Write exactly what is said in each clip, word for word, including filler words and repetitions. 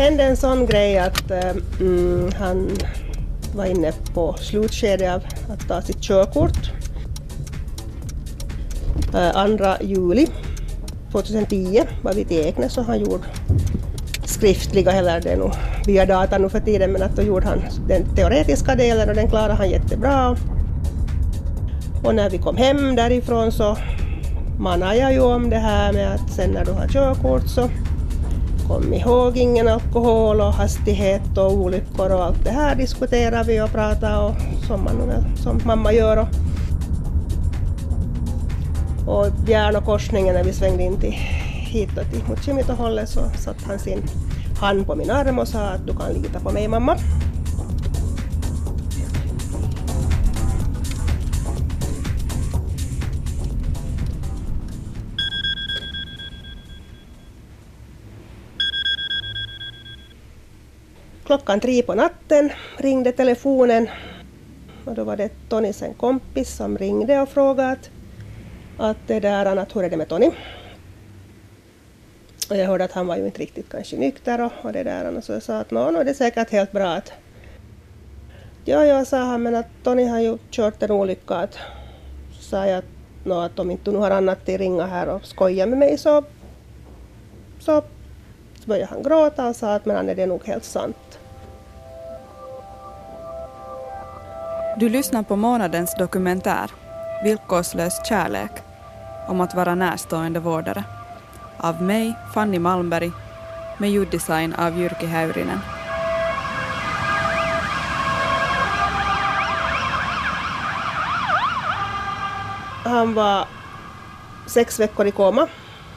hände en sån grej att mm, han var inne på slutskedet av att ta sitt körkort. andra juli tjugohundratio var vi till Eknäs och han gjorde skriftliga, eller det är nog via data nu för tiden, men att då gjorde han den teoretiska delen och den klarade han jättebra. Och när vi kom hem därifrån så manade jag ju om det här med att sen när du har körkort så kom ihåg ingen alkohol och hastighet och olyckor och allt det här diskuterar vi och pratar och som man väl, som mamma gör. Och, och Järnokorsningen när vi svängde in till hitåt till mot Kimitohållet så satt han sin hand på min arm och sa att du kan lita på mig mamma. Klockan tre på natten ringde telefonen och då var det Tonys en kompis som ringde och frågade att, att det där, att hur är det med Tony? Och jag hörde att han var ju inte riktigt kanske nykter och, och det där och så jag sa att nå, no, det är säkert helt bra att ja, jag sa han, men att Tony har ju kört en olycka att så sa jag att, no, att om inte du nu har annat till ringa här och skoja med mig så så började han gråta och sa att men det är nog helt sant. Du lyssnar på månadens dokumentär Villkorslös kärlek om att vara närstående vårdare av mig, Fanny Malmberg, med ljuddesign av Jyrki Häyrinen. Han var sex veckor i koma.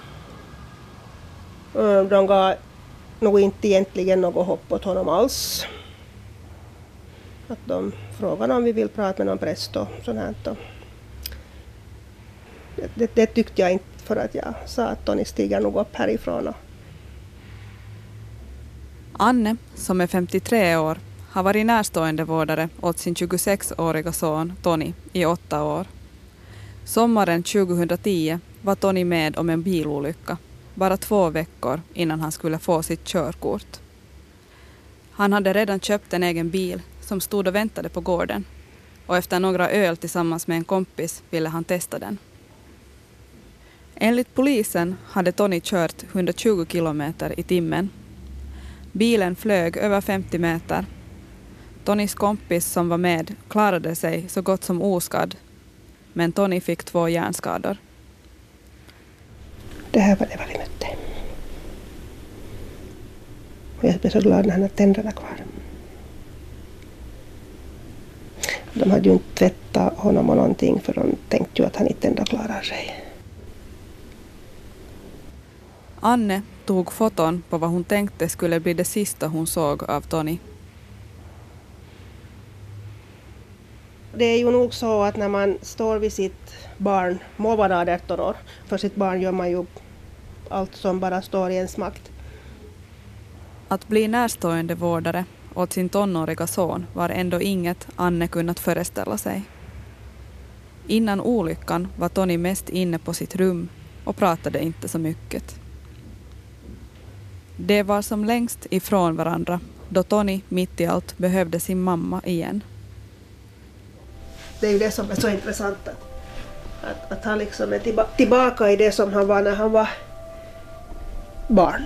De gav nog inte egentligen något hopp åt honom alls. Att de frågade om vi vill prata med någon präst och sånt här. Det, det, det tyckte jag inte för att jag sa att Tony stiger nog upp härifrån. Anne, som är femtiotre år, har varit närstående vårdare åt sin tjugosexåriga son Tony i åtta år. Sommaren tjugohundratio var Tony med om en bilolycka, bara två veckor innan han skulle få sitt körkort. Han hade redan köpt en egen bil som stod och väntade på gården och efter några öl tillsammans med en kompis ville han testa den. Enligt polisen hade Tony kört hundratjugo kilometer i timmen. Bilen flög över femtio meter. Tonys kompis som var med klarade sig så gott som oskadd, men Tony fick två hjärnskador. Det här var det vad vi mötte. Och jag blev så glad när han hade tänderna kvar. De hade ju inte tvättat honom och någonting för de tänkte ju att han inte ändå klarar sig. Anne tog foton på vad hon tänkte skulle bli det sista hon såg av Tony. Det är ju nog så att när man står vid sitt barn, må vara arton år, för sitt barn gör man ju allt som bara står i ens makt. Att bli närstående vårdare åt sin tonåriga son var ändå inget Anne kunnat föreställa sig. Innan olyckan var Tony mest inne på sitt rum och pratade inte så mycket. Det var som längst ifrån varandra då Tony mitt i allt behövde sin mamma igen. Det är ju det som är så intressant att, att, att han liksom är tillba- tillbaka i det som han var när han var barn.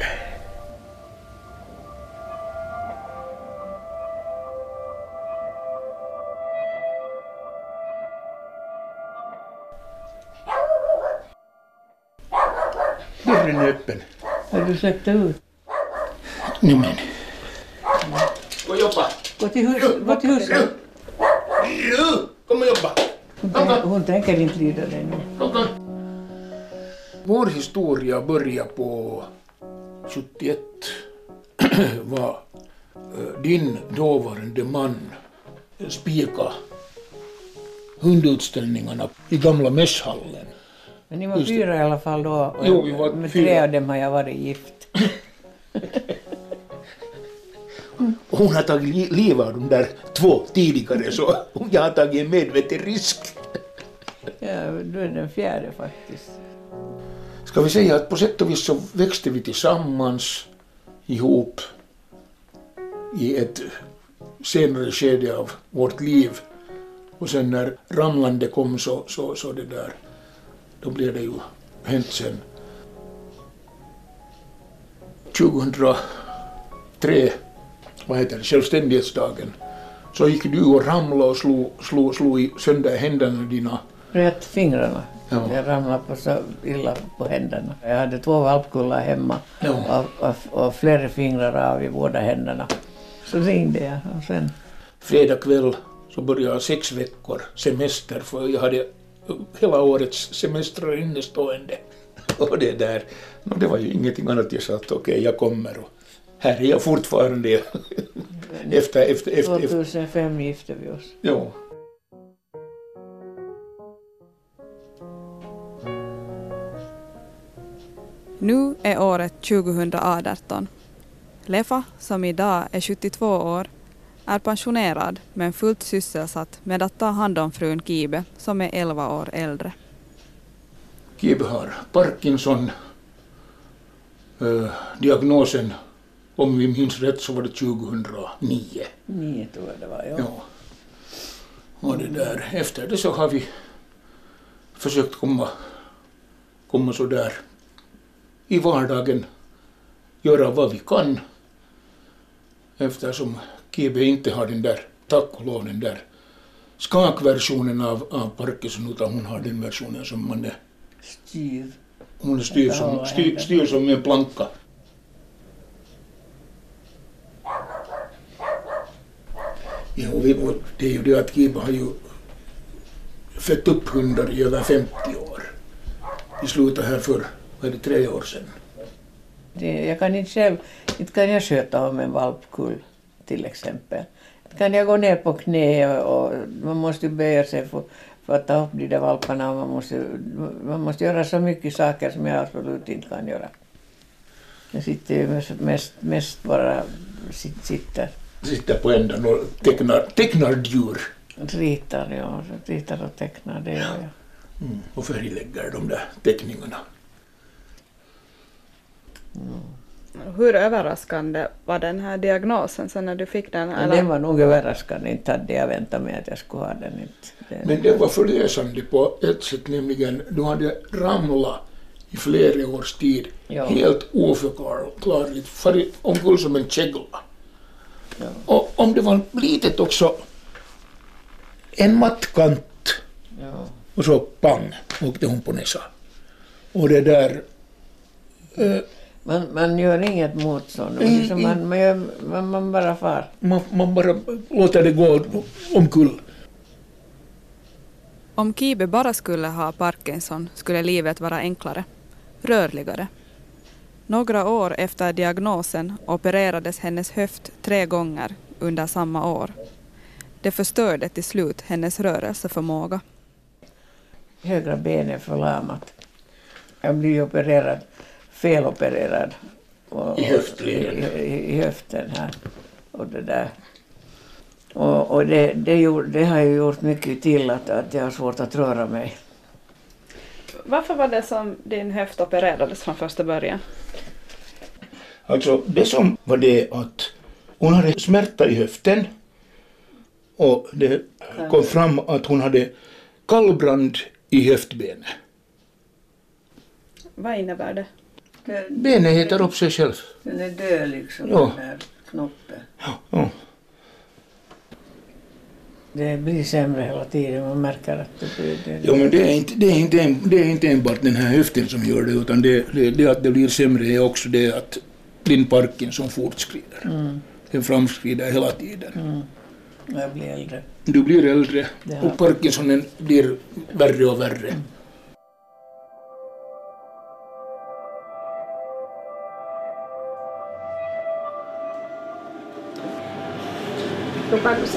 Dörren är öppen. Har du släppt ut? Nej men. Gå och jobba. Gå till, hus, gå till huset. Kom och jobba. Hon, tänk, hon tänker inte lyda dig nu. Vår historia börjar på sjuttioett. var din dåvarande man spika hundutställningarna i gamla mässhallen. Men ni var Just fyra det. I alla fall då. Och jo, vi var med fyra. Tre av dem har jag varit gift. Och hon har tagit livet av de där två tidigare så jag har tagit en medveten risk. Ja, du är den fjärde faktiskt. Ska vi säga att på sätt och vis så växte vi tillsammans ihop i ett senare skede av vårt liv. Och sen när ramlande kom så, så, så det där, då blev det ju hänt sen. tjugohundratre, vad heter det, självständighetsdagen, så gick du och ramlade och slog, slog, slog i sönder händerna dina. Rätt fingrarna. Ja. Jag ramlade på så illa på händerna. Jag hade två valpkullar hemma Ja. och, och, och flera fingrar av i båda händerna. Så ringde jag och sen... Fredag kväll så började jag sex veckor semester, för jag hade hela årets semestrar innestående. Och det där, no, det var ju ingenting annat. Jag sa att okej, okay, jag kommer, och här är jag fortfarande efter, efter, efter, tjugohundrafem gifte vi oss. Ja. Nu är året tjugohundraarton. Lefa, som idag är sjuttiotvå år, är pensionerad men fullt sysselsatt med att ta hand om frun Kibe som är elva år äldre. Kibe har Parkinson. Uh, diagnosen, om vi minns rätt, så var det tjugohundranio. Nio tror jag det var, ja. Ja. Och det där, efter det så har vi försökt komma, komma så där i vardagen, göra vad vi kan, eftersom Kibe inte har den där, tack och lov, den där skakversionen av, av Parkinson, utan hon har den versionen som man är Styr. hon är styr som, styr, styr som en planka. Ja, och vi, och det är ju det att Kibe har ju fött upp hundar i över femtio år. Vi slutade här för, vad är det, tre år sedan. Det, jag kan inte själv, inte kan jag sköta om en valpkull till exempel. Inte kan jag gå ner på knä och, och man måste böja sig för, för att ta upp de där valparna, och man måste, man måste göra så mycket saker som jag absolut inte kan göra. Jag sitter ju mest, mest, mest bara sit, sitter. Sitter på ändan och tecknar, tecknar djur. Ritar, ja. Ritar och tecknar, det gör jag. Mm, och färglägger de där teckningarna. Mm. Hur överraskande var den här diagnosen sen när du fick den? Eller? Den var nog överraskande, inte hade jag väntat mig att jag skulle ha den. Inte. Men det var förlösande på ett sätt, nämligen du hade ramlat i flera års tid, ja. Helt oförklarligt, farit omkull som en kägla. Ja. Och om det var litet också, en mattkant, ja. Och så pang, åkte hon på näsa. Och det där... Eh, man, man gör inget motstånd, mm, liksom man, man, gör, man, man bara far. Man, man bara låter det gå omkull. Om Kibe bara skulle ha Parkinson skulle livet vara enklare, rörligare. Några år efter diagnosen opererades hennes höft tre gånger under samma år. Det förstörde till slut hennes rörelseförmåga. Högra benet förlamat. Jag blev opererad, felopererad. Och, I höftleden. I, i, i höften här. Och det där. Och, och det, det, gjorde, det har ju gjort mycket till att, att jag har svårt att röra mig. Varför var det som din höft opererades från första början? Alltså det som var det att hon hade smärta i höften, och det kom fram att hon hade kallbrand i höftbenet. Vad innebär det? Benet heter upp sig själv. Den är död liksom, ja. Den där knoppen. Ja, ja. Det blir sämre hela tiden, man märker att det blir... Det, jo, men det är, inte, det, är inte en, det är inte enbart den här höften som gör det, utan det, det, det att det blir sämre är också det att din Parkinson fortskrider. Mm. Den framskrider hela tiden. Mm. Jag blir äldre. Du blir äldre, och Parkinsonen blir värre och värre. Mm. Då kan du se.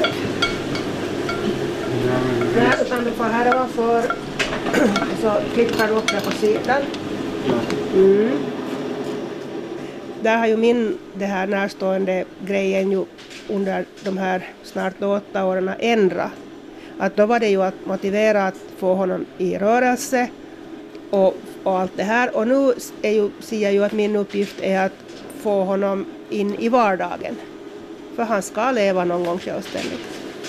Nej, utan du får härva för så klippar du upp det på sidan. Mm. Där har ju min det här närstående grejen ju under de här snart åtta åren ändrat. Att då var det ju att motivera att få honom i rörelse och, och allt det här. Och nu är ju, ser jag ju att min uppgift är att få honom in i vardagen. För han ska leva någon gång självständigt.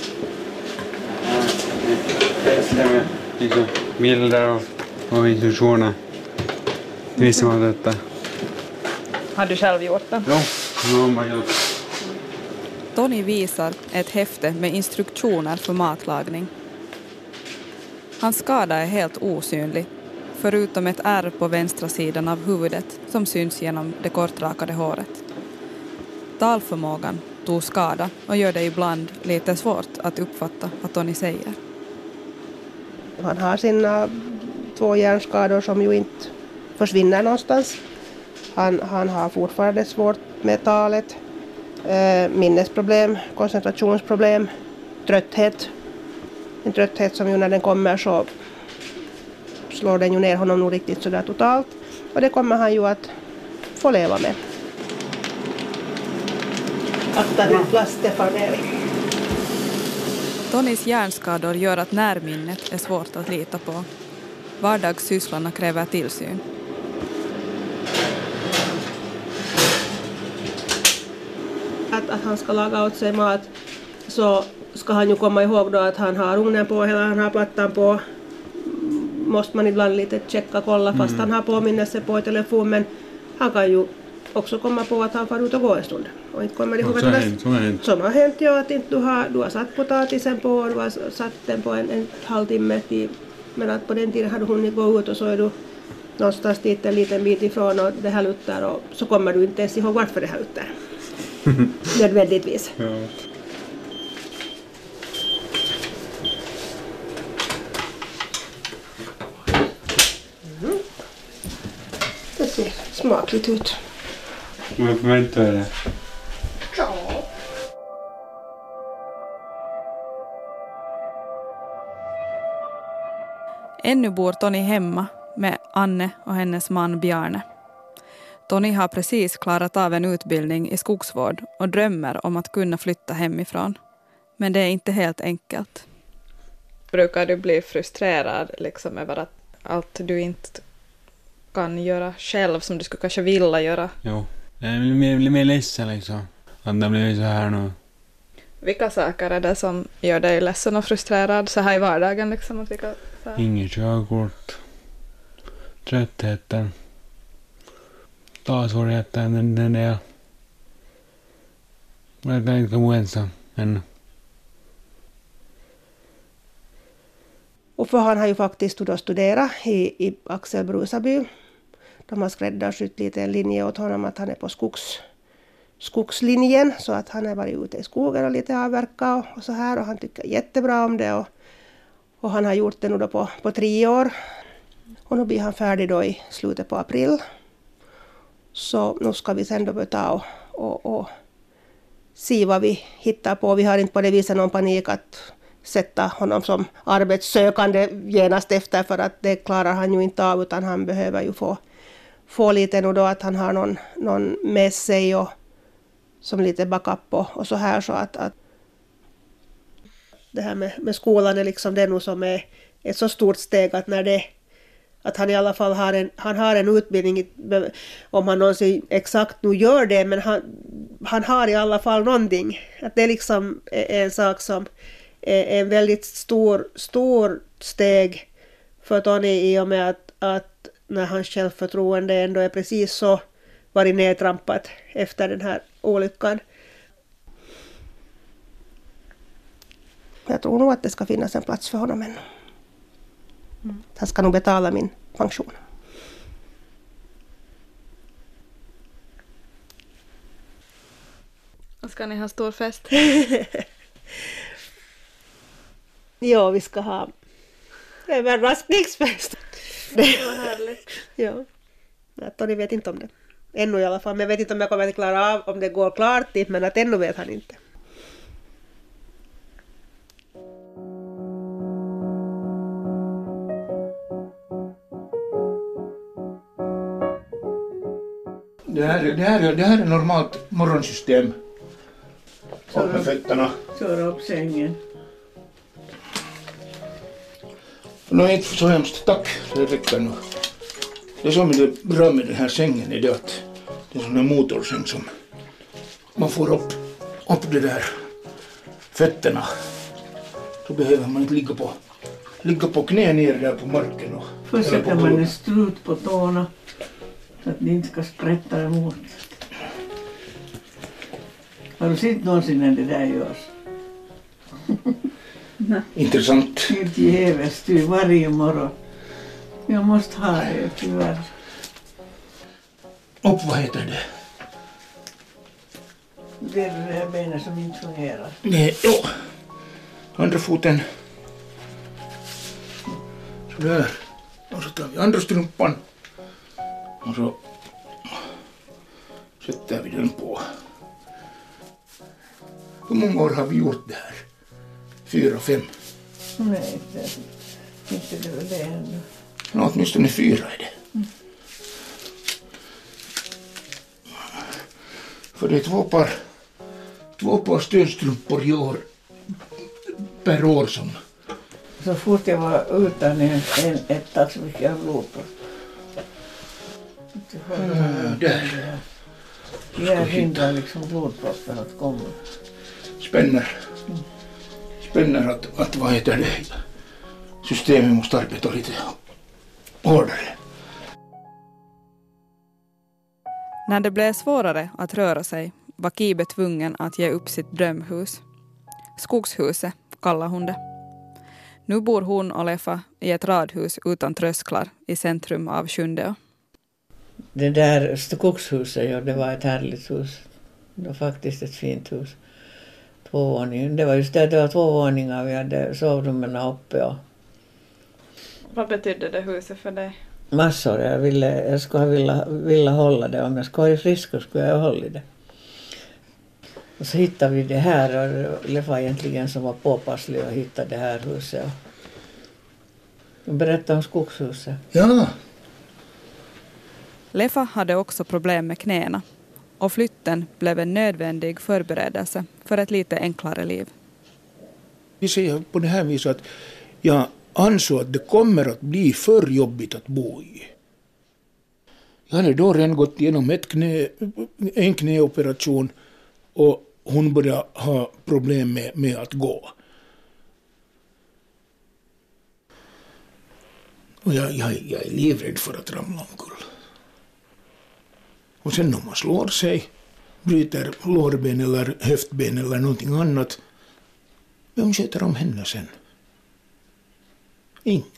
Stämmer liksom bilder och, och instruktioner. Visste man detta? Har du själv gjort det? Jo, det har man gjort. Tony visar ett häfte med instruktioner för matlagning. Hans skada är helt osynlig, förutom ett ärr på vänstra sidan av huvudet som syns genom det kortrakade håret. Talförmågan tog skada och gör det ibland lite svårt att uppfatta vad Tony säger. Han har sina två hjärnskador som ju inte försvinner någonstans. Han, han har fortfarande svårt med talet, eh, minnesproblem, koncentrationsproblem, trötthet. En trötthet som ju när den kommer så slår den ju ner honom nog riktigt sådär totalt. Och det kommer han ju att få leva med. Akta din plats, Stefan Erik. Tonys hjärnskador gör att närminnet är svårt att lita på. Vardagssysslarna kräver tillsyn. Att, att han ska laga åt sig mat så ska han ju komma ihåg då att han har ugnen på eller han har plattan på. Måste man ibland lite checka, kolla fast mm. han har påminnelse på i telefon, men han kan ju också komma på att han får ut och gå en stund. Och inte kommer ihåg att det hänt, som har hänt. Som har hänt, ja, att inte du har, du har satt potatisen på och du har satt den på en, en halvtimme till, men att på den tiden har du hunnit gå ut och så är du någonstans dit en liten bit ifrån och det här luttar och så kommer du inte ens ihåg varför det här luttar. Nödvändigtvis. Ja. Mm. Det ser smakligt ut. Vad förväntar jag det? Ja. Ännu bor Tony hemma med Anne och hennes man Bjarne. Tony har precis klarat av en utbildning i skogsvård och drömmer om att kunna flytta hemifrån. Men det är inte helt enkelt. Brukar du bli frustrerad liksom över att allt du inte kan göra själv som du skulle kanske vilja göra? Jo, jag blir mer, blir mer ledsen liksom. Att det blir så här nu. Vilka saker är det som gör dig ledsen och frustrerad så här i vardagen? Liksom, att vilka, så här? Inget körkort. Tröttheten. Talsvårigheten, den, den är... Jag kan inte bo ensam ännu. Och för han har ju faktiskt då studerat i, i Axel Brusaby. De har skräddarsytt lite en linje åt honom att han är på skogs, skogslinjen. Så att han har varit ute i skogen och lite avverkat och, och så här. Och han tycker jättebra om det. Och, och han har gjort det nu då på, på tre år. Och nu blir han färdig då i slutet på april. Så nu ska vi sen då ta och, och, och se vad vi hittar på. Vi har inte på det viset någon panik att sätta honom som arbetssökande genast efter, för att det klarar han ju inte av, utan han behöver ju få, få lite nu då att han har någon, någon med sig och som lite backup och, och så här, så att, att det här med, med skolan är liksom det nu som är ett så stort steg att när det att han i alla fall har en, han har en utbildning, om han någonsin exakt nu gör det, men han, han har i alla fall någonting. Att det är liksom en sak som är en väldigt stor, stor steg för Tony i och med att, att när hans självförtroende ändå är precis så varit nedtrampat efter den här olyckan. Jag tror nog att det ska finnas en plats för honom ännu. Mm. Han ska nog betala min pension. Och ska ni ha stor fest? Ja, vi ska ha en överraskningsfest. Det var härligt. Ja, Tony vet inte om det. Ännu i alla fall. Men jag vet inte om jag kommer att klara av om det går klart dit, men att ännu vet han inte. Det här, det, här, det här är normalt morgonsystem. Upp med fötterna. Köra upp sängen. Nu är inte så hemskt, tack, det räcker nu. Det som är bra med den här sängen är det att det är en sån här motorsäng som man får upp, upp det där fötterna så behöver man inte ligga på, ligga på knä ner där på marken. Och, först sätter man en strut på tårna så att ni inte ska sprätta emot. Har du sett någonsin när det där görs? Intressant. Helt jävligt varje morgon. Jag måste ha det tyvärr. Och vad heter det? Det är det här benet som inte fungerar. Nej, jo. Andra foten. Sådär. Och så tar vi andra strumpan. Och så sätter vi den på. Hur många år har vi gjort det här? Fyra, fem? Nej, det, inte det väl det ännu. Ja, åtminstone fyra är det. Mm. För det är två par, två par stödstrumpor i år, per år som... Så fort jag var utan en, en etta så fick jag blodpropp. Äh, där. Jag hindrar liksom blodproppen att komma. Spänner. Mm. Spänner att, att vad heter det? Systemet måste arbeta lite hårdare. När det blev svårare att röra sig var Kibe tvungen att ge upp sitt drömhus. Skogshuset kallar hon det. Nu bor hon och Leffa i ett radhus utan trösklar i centrum av Sjundeå. Det där skogshuset, ja, det var ett härligt hus. Det var faktiskt ett fint hus. Två våningar. Det var just det, det var två våningar. Vi hade sovrummen uppe. Och... Vad betydde det huset för dig? Massor. Jag, ville, jag skulle vilja, vilja hålla det. Om jag skulle vara frisk så skulle jag hålla det. Och så hittade vi det här. Och det var egentligen som var påpasslig att hitta det här huset. Och berätta om skogshuset. Ja. Leffa hade också problem med knäna. Och flytten blev en nödvändig förberedelse för ett lite enklare liv. Vi säger på det här viset att jag ansåg att det kommer att bli för jobbigt att bo i. Jag hade då redan gått igenom ett knä, en knäoperation och hon började ha problem med, med att gå. Och jag, jag, jag är livrädd för att ramla omkull. Och sen om man slår sig, bryter lårben eller höftben eller någonting annat, vem sköter om henne sen? Ingen.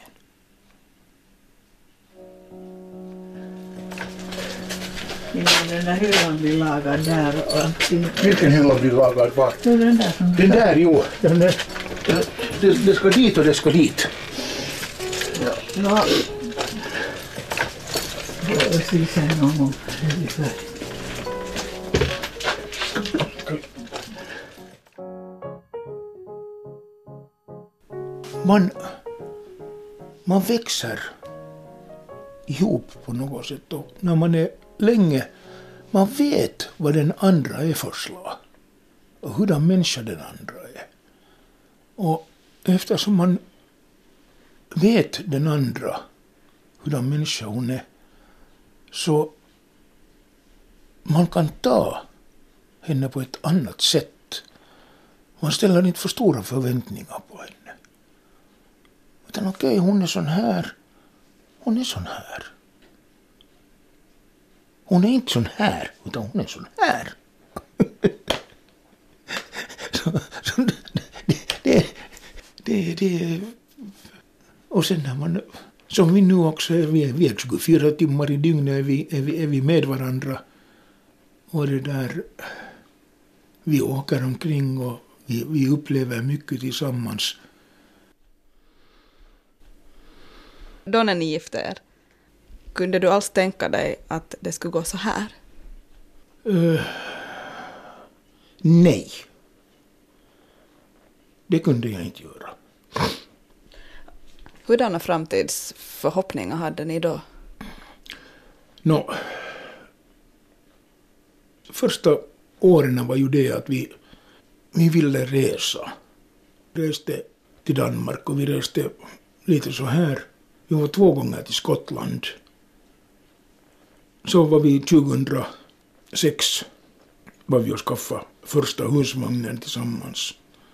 Ja, den där hyllan blir lagad där och allting. Vilken hylla blir lagad var? Det är den där som... Den där, jo. Den där, det, det ska dit och det ska dit. Ja. Ja. Jag ska säga någon gång. Man, man växer ihop på något sätt och när man är länge, man vet vad den andra är för slag och hur den människa den andra är. Och eftersom man vet den andra, hur den människa hon är, så man kan ta henne på ett annat sätt. Man ställer inte för stora förväntningar på henne. Utan okej, okay, hon är sån här. Hon är sån här. Hon är inte sån här, utan hon är sån här. så, så, det, det, det, det. Och sen när man, som vi nu också är, vi är, vi är tjugofyra timmar i dygnet är vi, är vi, är vi med varandra. Och det där, vi åker omkring och vi, vi upplever mycket tillsammans. Då när ni gifte er, kunde du alls tänka dig att det skulle gå så här? Uh, nej. Det kunde jag inte göra. Hurdana framtidsförhoppningar hade ni då? Nå, första åren var ju det att vi, vi ville resa. Vi reste till Danmark och vi reste lite så här. Vi var två gånger till Skottland. Så var vi tjugohundrasex var vi och skaffa första husvagnen tillsammans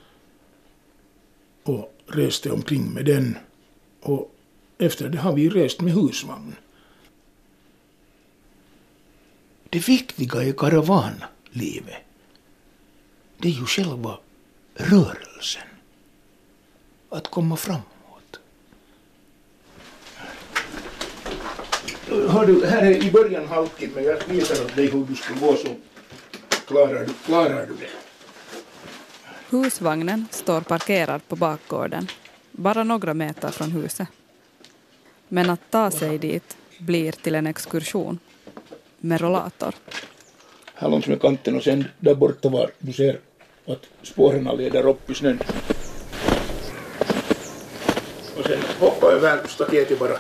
och reste omkring med den. Och efter det har vi rest med husvagn. Det viktiga i karavanlivet, det är ju själva rörelsen. Att komma framåt. Hör du, här är i början halkigt, men jag visar åt dig hur du ska gå, så klarar du, klarar du det. Husvagnen står parkerad på bakgården, bara några meter från huset. Men att ta sig dit blir till en exkursion med rollator. Här långs med kanten och sen där borta var du ser att spåren leder upp i snön. Och sen hoppa över staketet bara.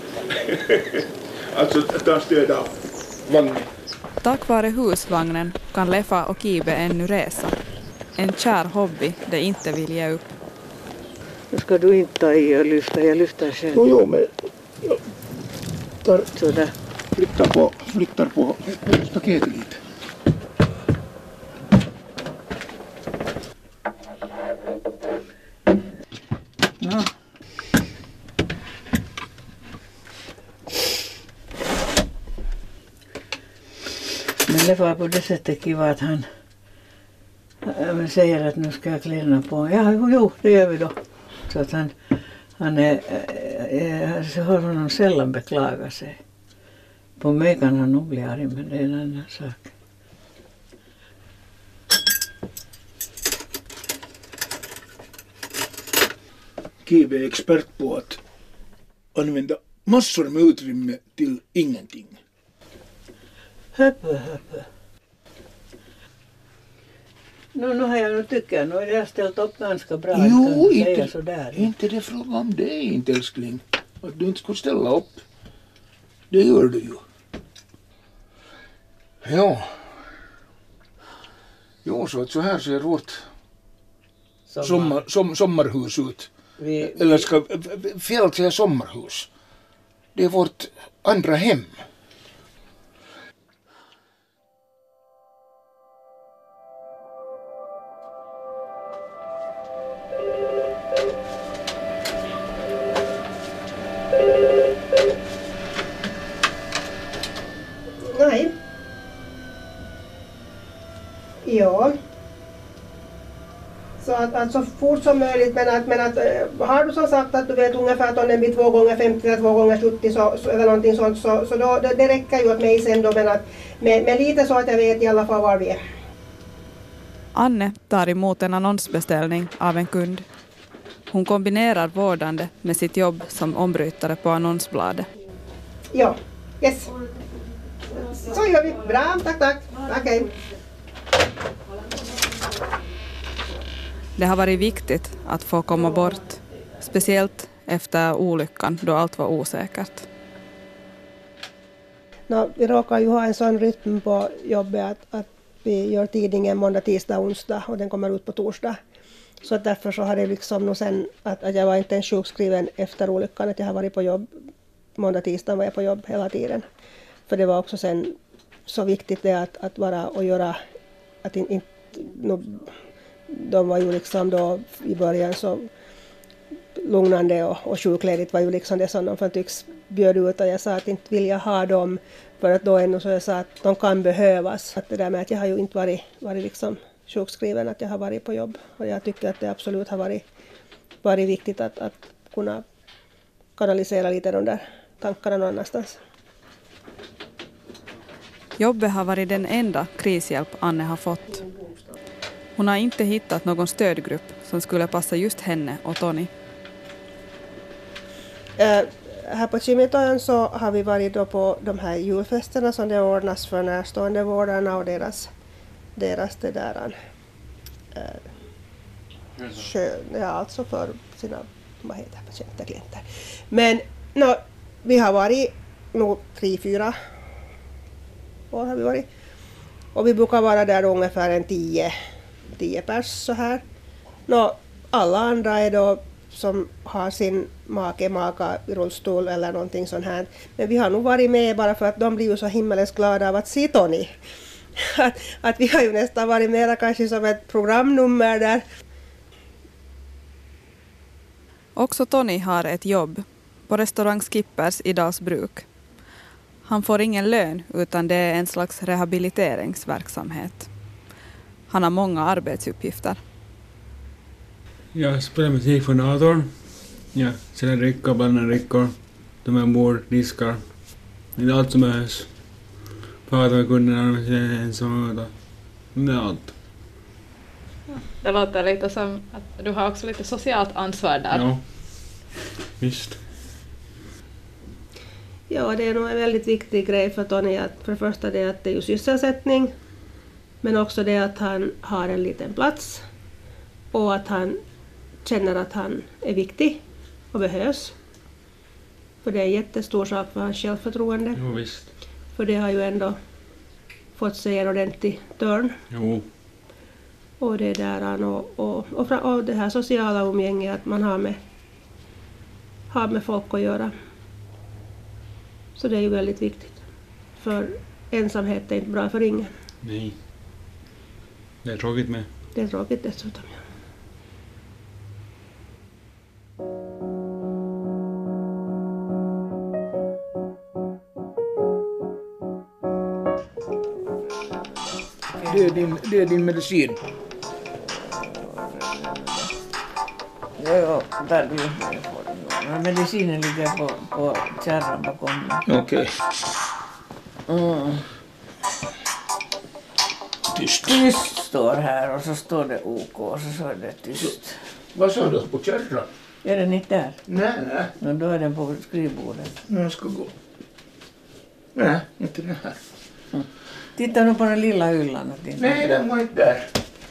Alltså ta stöd av vagnen. Tack vare husvagnen kan Leffa och Kibe ännu resa. En kär hobby de inte vill ge upp. Nu ska du inte ta i och lyfta, jag lyfter själv. Jo, jo, men jag tar, Sådär. flyttar på, flyttar på staketet lite. Ja. Men det var på det sättet kiva att han äh, säger att nu ska jag kläderna på. Ja, jo, jo, det gör vi då. Så att han, han är, äh, så har honom sällan beklagat sig. På mig kan han nog bli arg, men det är en annan sak. Kibe är expert på att använda massor med utrymme till ingenting. Höpö, höpö. No, nu har jag nu tycker nu har jag ställt upp ganska bra. Jo, inte, inte, sådär. inte det fråga om det, inte älskling. Att du inte skulle ställa upp. Det gör du ju. Ja. Jo, så att så här ser vårt Sommar. sommar, som, sommarhus ut. Vi, Eller ska fel säga sommarhus. Det är vårt andra hem. Nej. Ja. Så att, att så fort som möjligt, men att, men att äh, har du som sagt att du vet ungefär att den blir två gånger femtio eller två gånger sjuttio så, så, eller någonting sånt, så, så då, det, det räcker ju åt mig sen då, men, att, men, men lite så att jag vet i alla fall var vi är. Anne tar emot en annonsbeställning av en kund. Hon kombinerar vårdande med sitt jobb som ombrytare på annonsbladet. Ja, yes. Så gör vi. Bra, tack, tack. Okej. Okay. Det har varit viktigt att få komma bort, speciellt efter olyckan då allt var osäkert. No, vi råkar ju ha en sån rytm på jobbet att, att vi gör tidningen måndag, tisdag, onsdag och den kommer ut på torsdag. Så att därför så har det liksom nog sen att, att jag var inte ens sjukskriven efter olyckan, att jag har varit på jobb. Måndag, tisdag var jag på jobb hela tiden. För det var också sen så viktigt det att, att vara och göra, att in, in, no, de var ju liksom då i början så lugnande och, och sjukledigt var ju liksom det som de för tycks bjöd ut, och jag sa att inte vill jag ha dem för att då ändå så jag sa att de kan behövas. Att det där med att jag har ju inte varit, varit liksom sjukskriven, att jag har varit på jobb, och jag tycker att det absolut har varit, varit viktigt att, att kunna kanalisera lite de där tankarna någon annanstans. Jobbet har varit den enda krishjälp Anne har fått. Hon har inte hittat någon stödgrupp som skulle passa just henne och Tony. Äh, här på Kimitoön så har vi varit då på de här julfesterna som det ordnas för närstående vårdarna och deras, deras det där, äh, skön, ja, alltså för sina, vad heter patienter, klienter. Men no, vi har varit nog tre, fyra år har vi varit. Och vi brukar vara där ungefär en tio, tio pers så här. No, alla andra är då som har sin make, maka i rullstol eller någonting sånt här. Men vi har nog varit med bara för att de blir ju så himmelens glada av att se Tony. att, att vi har ju nästan varit mera kanske som ett programnummer där. Också Tony har ett jobb på restaurang Skippers i Dalsbruk. Han får ingen lön utan det är en slags rehabiliteringsverksamhet. Han har många arbetsuppgifter. Jag spelar musik från datorn. Jag säljer drickor, blandar drickor. De är bord, diskar. Det är allt som behövs. Prata med kunderna, en sån. Det är allt. Det låter lite som att du har också lite socialt ansvar där. Ja, visst. Ja, det är nog en väldigt viktig grej för Tony. Att för det första det att det är ju sysselsättning. Men också det att han har en liten plats. Och att han känner att han är viktig och behövs. För det är en jättestor sak för hans självförtroende. Jo, visst. För det har ju ändå fått sig en ordentlig törn. Jo. Och det där och, och, och, och det här sociala umgänget att man har med, har med folk att göra. Så det är ju väldigt viktigt. För ensamhet är inte bra för ingen. Nej. Det är tråkigt med. Det är tråkigt dessutom, ja. Det är din, det är din medicin. Ja, ja, där du. Men medicinen ligger på, på kärran bakom mig. Okej. Mm. Tyst. Tyst står här och så står det OK och så står det tyst. Vad sa du på kärran? Är den inte där? Nej, nej. Men då är den på skrivbordet. Jag ska gå. Nej, inte den här. Mm. Titta nu på den lilla hyllan. Nej, den var inte där.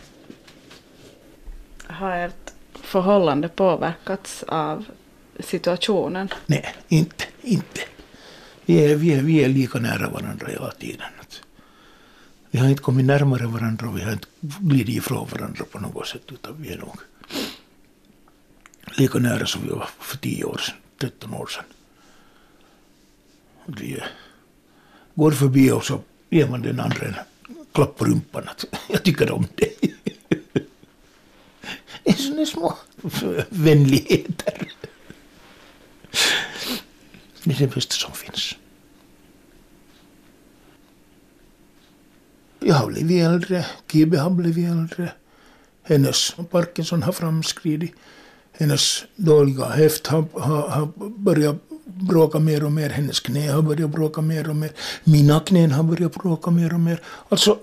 Har ert förhållande påverkats av situationen? Nej, inte, inte. Vi är, vi är, vi är lika nära varandra hela tiden. Vi har inte kommit närmare varandra och vi har inte glidit ifrån varandra på något sätt, utan vi är nog lika nära som vi var för tio år sedan, tretton år sedan. Vi är, går förbi och så ger man den andra en klapp på rumpan att jag tycker om dig. Det är sådana små vänligheter. Det är det bästa som finns. Jag har blivit äldre, Kibe har blivit äldre. Hennes Parkinson har framskridit. Hennes dåliga häft har, har, har börjat bråka mer och mer. Hennes knä har börjat bråka mer och mer. Mina knän har börjat bråka mer och mer. Alltså,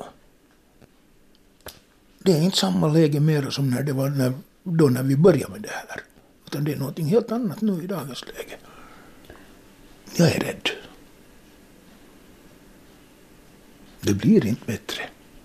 det är inte samma läge mer som när det var när, då när vi började med det här. Utan det är något helt annat nu i dagens läge. Jag är rädd. Det blir inte bättre.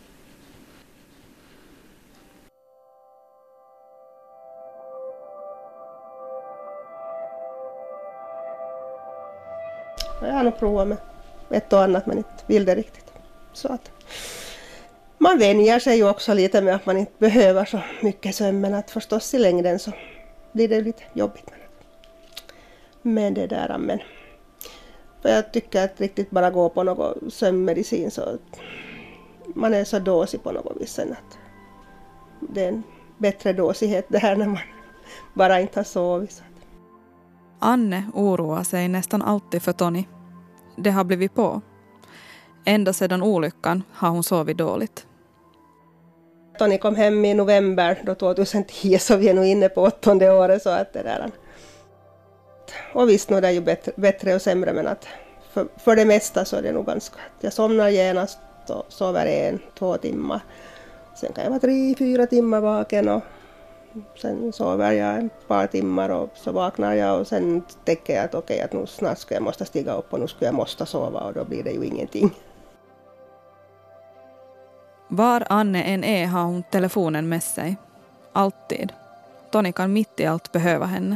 Jag har nog provat med ett och annat men inte vill det riktigt. Så att man vänjer sig ju också lite med att man inte behöver så mycket sömn, men att förstås i längden så blir det lite jobbigt. Men det där, men för jag tycker att riktigt bara gå på någon sömnmedicin så man är så dåsig på något vis sen att det är en bättre dåsighet det här när man bara inte har sovit. Anne oroar sig nästan alltid för Tony. Det har blivit på. Ända sedan olyckan har hon sovit dåligt. Tony kom hem i november då tjugohundratio, så vi är nog inne på åttonde året. Så att det där. Och visst, nu är det ju bättre, bättre och sämre, men att för, för det mesta så är det nog ganska. Jag somnar genast och sover en, två timmar. Sen kan jag vara tre, fyra timmar vaken och sen sover jag ett par timmar och så vaknar jag och sen tänker jag att okej, okay, att nu snart ska jag måste stiga upp och nu ska jag måste sova och då blir det ju ingenting. Var Anne än är har hon telefonen med sig. Alltid. Tony kan mitt i allt behöva henne.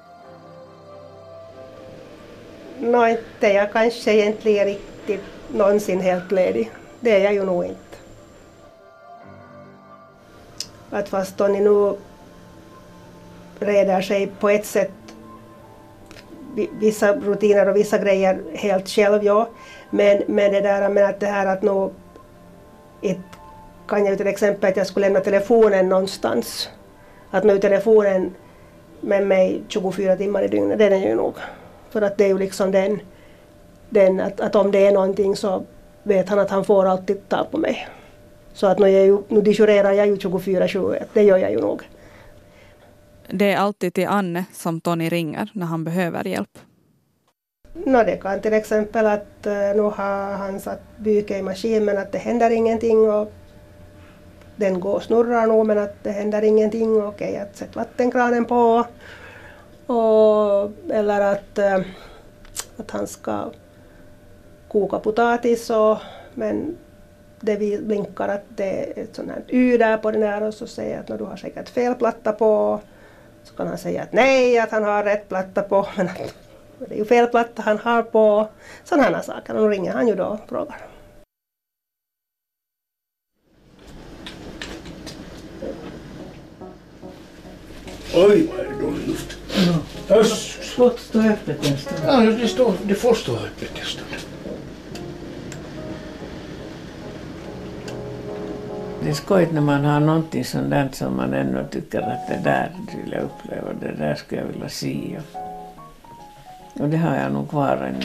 Nå, inte jag kanske egentligen riktigt någonsin helt ledig. Det är jag ju nog inte. Att fast Tony nu reder sig på ett sätt vissa rutiner och vissa grejer helt själv, ja. Men, men det där med att det här att nu Ett, kan jag ju till exempel att jag skulle lämna telefonen någonstans. Att nu telefonen med mig tjugofyra timmar i dygnet, det är den ju nog. För att det är ju liksom den, den att, att om det är någonting så vet han att han får alltid ta på mig. Så att nu, är ju, nu disjurerar jag ju tjugofyra sju, det gör jag ju nog. Det är alltid till Anne som Tony ringer när han behöver hjälp. No, det kan till exempel att uh, nu har han satt byke i maskin men att det händer ingenting och den går och snurrar nog men att det händer ingenting och okej att sätta vattenkranen på. Och, eller att, uh, att han ska koka potatis och, men det blinkar att det är ett sånt här Y där på den här och så säger jag att du har säkert fel platta på. Så kan han säga att nej, att han har rätt platta på men att det är ju fel platta han har på. Sådana här saker. Och då ringer han ju då och frågar. Oj, vad är det dålig luft. Ja. Låt stå öppet en stund. Ja, det, står, det får stå öppet en stund. Det är skojigt när man har någonting sånt där som man ändå tycker att det där vill jag uppleva, det där skulle jag vilja se. Och det har jag nog kvar ännu.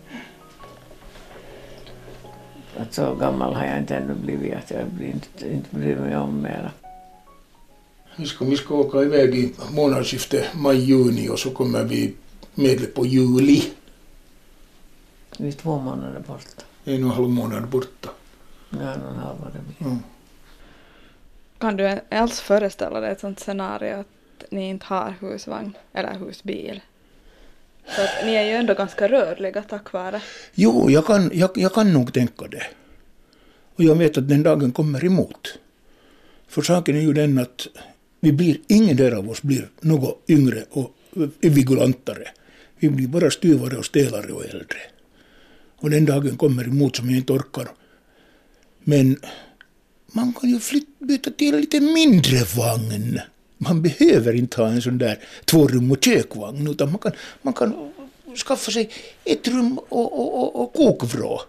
Att så gammal har jag inte ännu blivit att jag inte, inte bryr mig om mera. Vi ska, vi ska åka iväg i månadsskiftet maj-juni och så kommer vi medle på juli. Vi är två månader borta. En och en halv månad borta. Ja, en och en halv var det blir. Mm. Kan du alls föreställa dig ett sånt scenario att ni inte har husvagn eller husbil? Så att ni är ju ändå ganska rörliga tack vare. Jo, jag kan, jag, jag kan nog tänka det. Och jag vet att den dagen kommer emot. För saken är ju den att vi blir, ingen där av oss blir något yngre och vigulantare. Vi blir bara styvare och stelare och äldre. Och den dagen kommer emot som jag inte orkar. Men man kan ju flytta, byta till en lite mindre vagn. Man behöver inte ha en sån där två rum och kökvagn utan man kan, man kan skaffa sig ett rum och, och, och, och kokvrå.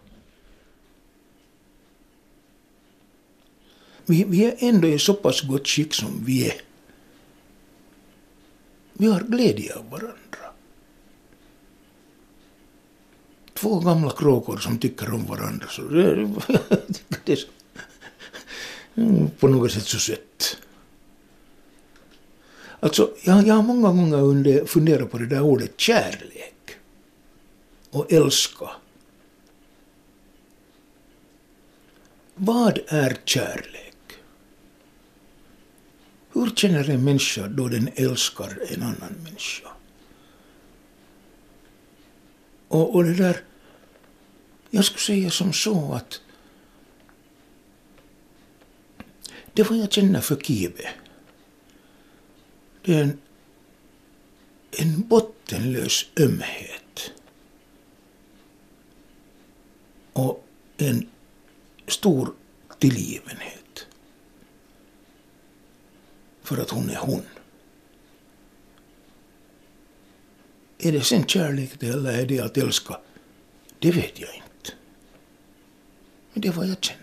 Vi, vi är ändå i så pass gott skick som vi är. Vi har glädje av varandra. Två gamla kråkor som tycker om varandra. Så det, det är så, på något sätt så sött. Alltså, jag, jag har många gånger under, funderat på det där ordet kärlek och älska. Vad är kärlek? Hur känner en människa då den älskar en annan människa? Och, och det där, jag skulle säga som så att det vad jag känner för Kibe, det är en, en bottenlös ömhet och en stor tillgivenhet för att hon är hon. Är det sen kärlek eller är det att älska? Det vet jag inte. Men det är vad jag känner.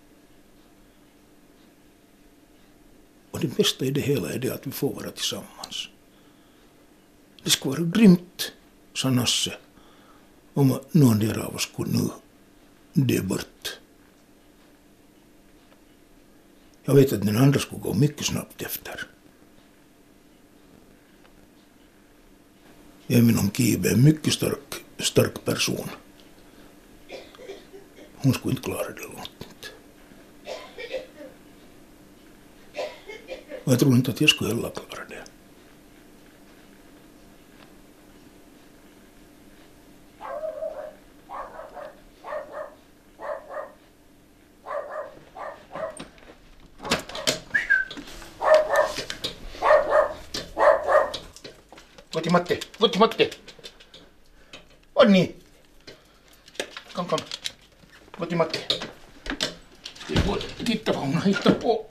Och det bästa i det hela är det att vi får vara tillsammans. Det skulle vara grymt, sa Nasse, om någon del av oss skulle nu dö bort. Jag vet att den andra skulle gå mycket snabbt efter. Även om Kibe är en mycket stark, stark person. Hon skulle inte klara det långt. Och jag tror inte att jag skulle heller klara det. Gå till matte, gå till matte. Onni. Kom, kom. Gå till matte. Titta vad hon har hittat på.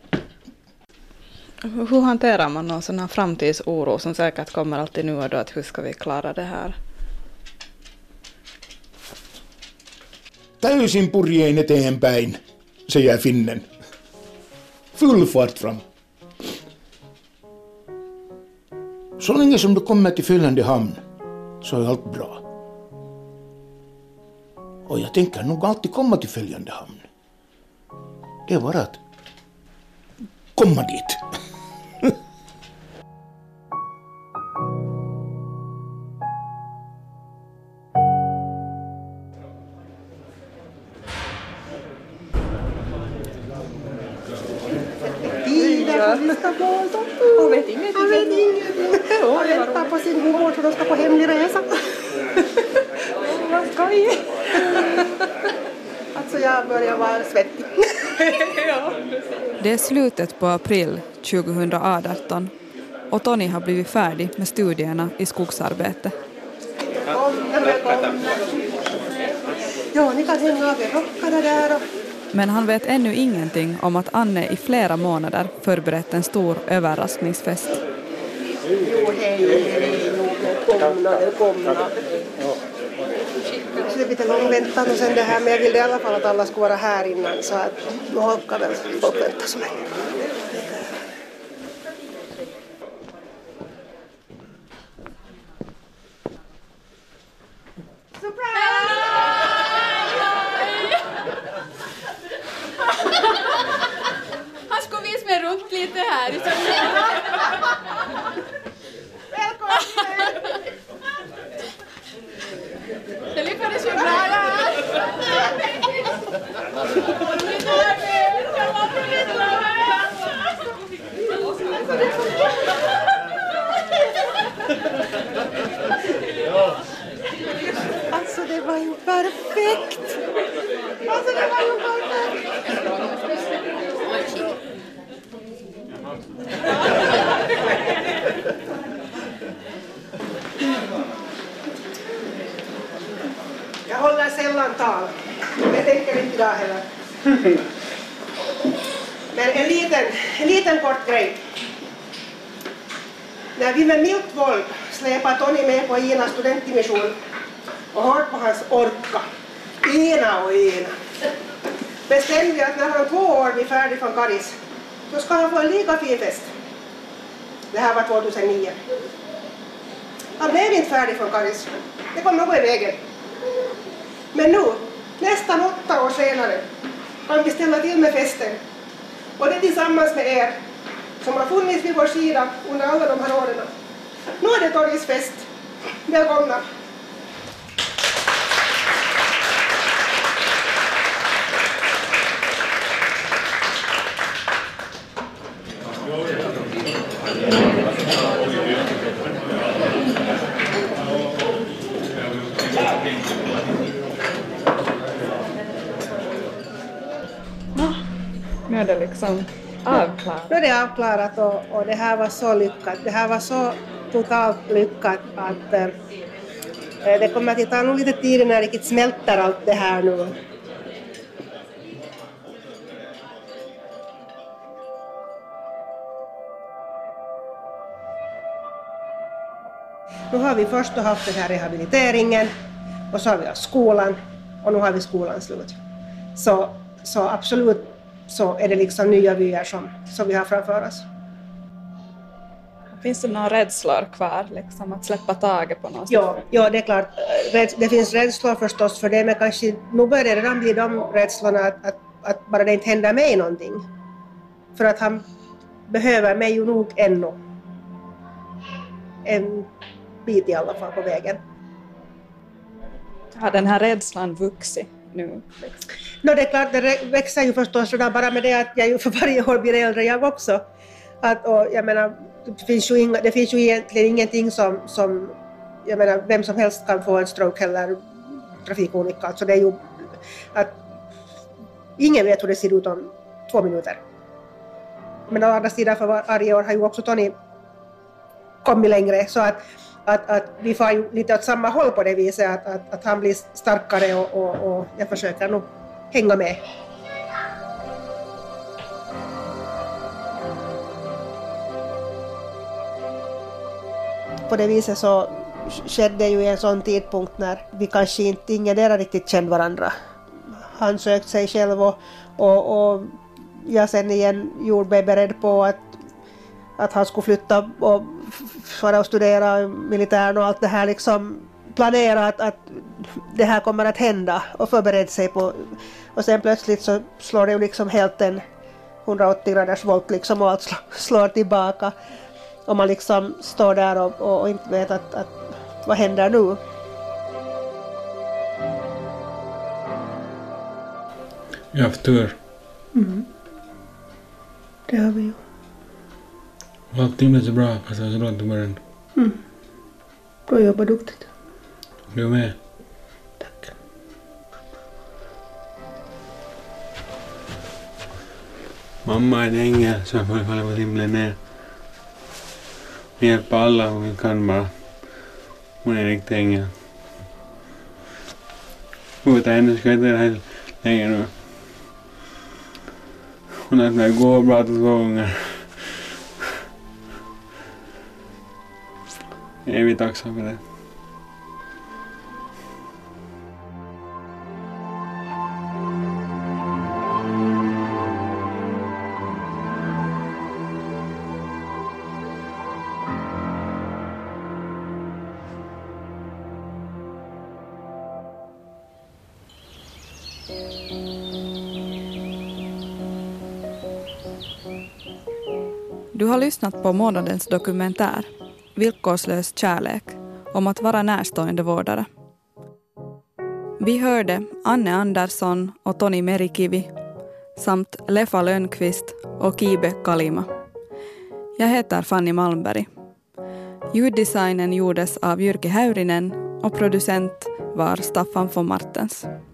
Hur hanterar man någon sån här framtidsoro som säkert kommer alltid nu och då, att hur ska vi klara det här? Täysin purjein eteenpäin. säger finnen. Full fart fram. Så länge som du kommer till följande hamn så är allt bra. Och jag tänker nog alltid komma till följande hamn. Det är bara att komma dit. Hon vet ingenting. Hon vet ingenting. Hon väntar på sin humor så de ska på hemlig resa. Vad skoj. Alltså jag börjar vara svettig. Det är slutet på april tjugohundraarton och Tony har blivit färdig med studierna i skogsarbete. Ja, ni kan hänga av er rockarna där. Och... Men han vet ännu ingenting om att Anne i flera månader förberett en stor överraskningsfest. Jo, hej, hej, välkomna, välkomna. Så det blir lite lång väntan och sen det här, men jag vill i alla fall att alla ska vara här innan så att nu orkar väl folk vänta så länge. Han ska visa mig runt lite här. Välkommen! Det lyckades ju bra där. Alltså det var ju perfekt! Alltså det var ju perfekt! Jag håller sällan tal. Jag tänker inte idag heller. Men en liten, en liten kort grej. När vi med milt våld släpar Tony med på Ina studentdimission och hört på hans orka, ena och ena, bestämde vi att när han två år blir färdig från Karis, då ska han få en lika fin fest. Det här var tjugohundranio. Han blev inte färdig från Karis. Det kom något i vägen. Men nu, nästan åtta år senare, kan vi ställa till med festen. Och det tillsammans med er som har funnits vid vår sida under alla de här åren. Nu är det Tonys fest. Välkomna! Nu är det liksom avklarat. Nu är det avklarat och, och det här var så lyckat. Det här var så totalt lyckat att eh, det kommer att ta nog lite tid när det riktigt smälter allt det här nu. Nu har vi först haft den här rehabiliteringen och så har vi haft skolan och nu har vi skolan slut. Så, så absolut så är det liksom nya vyer som, som vi har framför oss. Finns det några rädslor kvar, liksom, att släppa taget på något sätt? Ja, ja, det är klart. Det finns rädslor förstås för det, men kanske nu börjar det redan bli de rädslorna att, att, att bara det inte händer mig någonting. För att han behöver mig ju nog ännu. En bit i alla fall på vägen. Har den här rädslan vuxit nu? Liksom? No, det är klart, det växer ju förstås redan bara med det att jag ju för varje år blir äldre jag också. Att, och jag menar, det finns ju, inga, det finns ju egentligen ingenting som, som, jag menar, vem som helst kan få en stroke eller trafikolycka. Alltså det är ju att ingen vet hur det ser ut om två minuter. Men å andra sidan för varje år har ju också Tony kommit längre så att, att, att vi får ju lite åt samma håll på det viset att, att, att han blir starkare och, och, och jag försöker nog hänga med. På det viset så skedde ju en sån tidpunkt när vi kanske inte ingen där riktigt kände varandra. han sökt sig själv och, och, och jag sen igen gjorde mig beredd på att, att han skulle flytta och fara och studera militären och allt det här liksom planera att, att det här kommer att hända och förbereda sig på, och sen plötsligt så slår det ju liksom helt en hundraåttio graders volt liksom och allt slår, slår tillbaka och man liksom står där och, och, och inte vet att, att vad händer nu. Jag har haft tur. Mm. Det har vi ju. Allting blev så bra fast det var så bra i början. Mm. Du har jobbat duktigt. Du med. Tack. Mamma är en ängel så jag får falla på himlen ner. Hon hjälper alla hon kan bara. Hon är en riktig ängel. Utan henne ska jag inte det här länge nu. Hon har kunnat gå och prata två gånger. Jag är evigt tacksam för det. Du har lyssnat på månadens dokumentär Villkorslös kärlek om att vara närstående vårdare. Vi hörde Anne Andersson och Toni Merikivi samt Leffa Lönnqvist och Kibe Kalima. Jag heter Fanny Malmberg. Ljuddesignen gjordes av Jyrki Häyrinen och producent var Staffan von Martens.